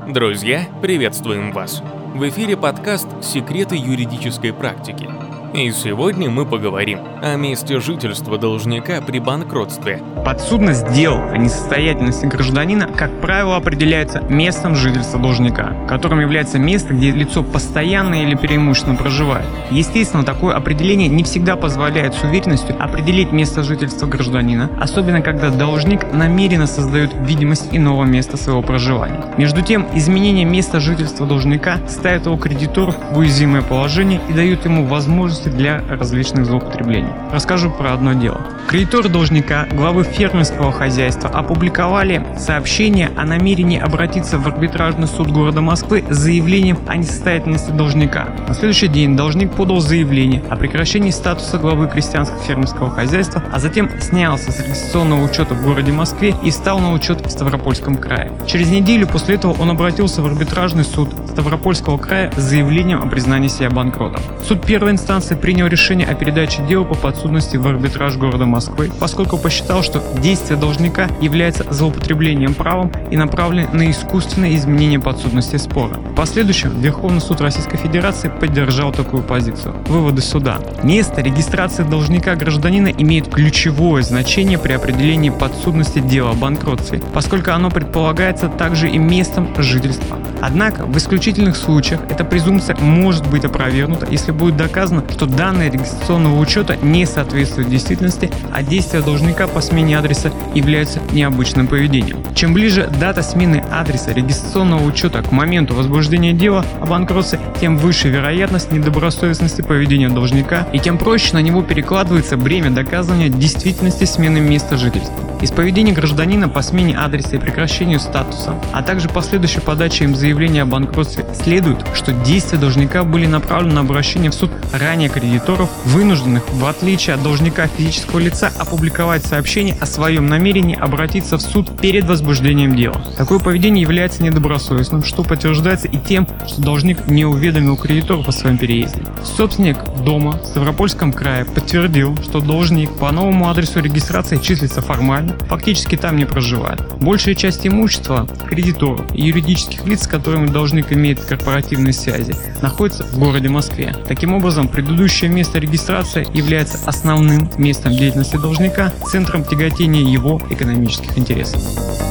Друзья, приветствуем вас! В эфире подкаст «Секреты юридической практики». И сегодня мы поговорим о месте жительства должника при банкротстве. Подсудность дел о несостоятельности гражданина, как правило, определяется местом жительства должника, которым является место, где лицо постоянно или преимущественно проживает. Естественно, такое определение не всегда позволяет с уверенностью определить место жительства гражданина, особенно когда должник намеренно создает видимость иного места своего проживания. Между тем, изменение места жительства должника ставит его кредитору в уязвимое положение и дает ему возможность для различных злоупотреблений. Расскажу про одно дело. Кредиторы должника, главы фермерского хозяйства, опубликовали сообщение о намерении обратиться в арбитражный суд города Москвы с заявлением о несостоятельности должника. На следующий день должник подал заявление о прекращении статуса главы крестьянско-фермерского хозяйства, а затем снялся с регистрационного учета в городе Москве и встал на учет в Ставропольском крае. Через неделю после этого он обратился в арбитражный суд Ставропольского края с заявлением о признании себя банкротом. Суд первой инстанции принял решение о передаче дела по подсудности в арбитраж города Москвы, поскольку посчитал, что действие должника является злоупотреблением правом и направлено на искусственное изменение подсудности спора. В последующем Верховный суд Российской Федерации поддержал такую позицию. Выводы суда. Место регистрации должника гражданина имеет ключевое значение при определении подсудности дела о банкротстве, поскольку оно предполагается также и местом жительства. Однако в исключительных случаях эта презумпция может быть опровергнута, если будет доказано, что данные регистрационного учета не соответствуют действительности, а действия должника по смене адреса являются необычным поведением. Чем ближе дата смены адреса регистрационного учета к моменту возбуждения дела о банкротстве, тем выше вероятность недобросовестности поведения должника и тем проще на него перекладывается бремя доказывания действительности смены места жительства. Из поведения гражданина по смене адреса и прекращению статуса, а также последующей подаче им заявления о банкротстве следует, что действия должника были направлены на обращение в суд ранее кредиторов, вынужденных, в отличие от должника физического лица, опубликовать сообщение о своем намерении обратиться в суд перед возбуждением дела. Такое поведение является недобросовестным, что подтверждается и тем, что должник не уведомил кредиторов о своем переезде. Собственник дома в Ставропольском крае подтвердил, что должник по новому адресу регистрации числится формально, фактически там не проживает. Большая часть имущества кредиторов и юридических лиц, с которыми должник имеет корпоративные связи, находится в городе Москве. Таким образом, предыдущее место регистрации является основным местом деятельности должника, центром тяготения его экономических интересов.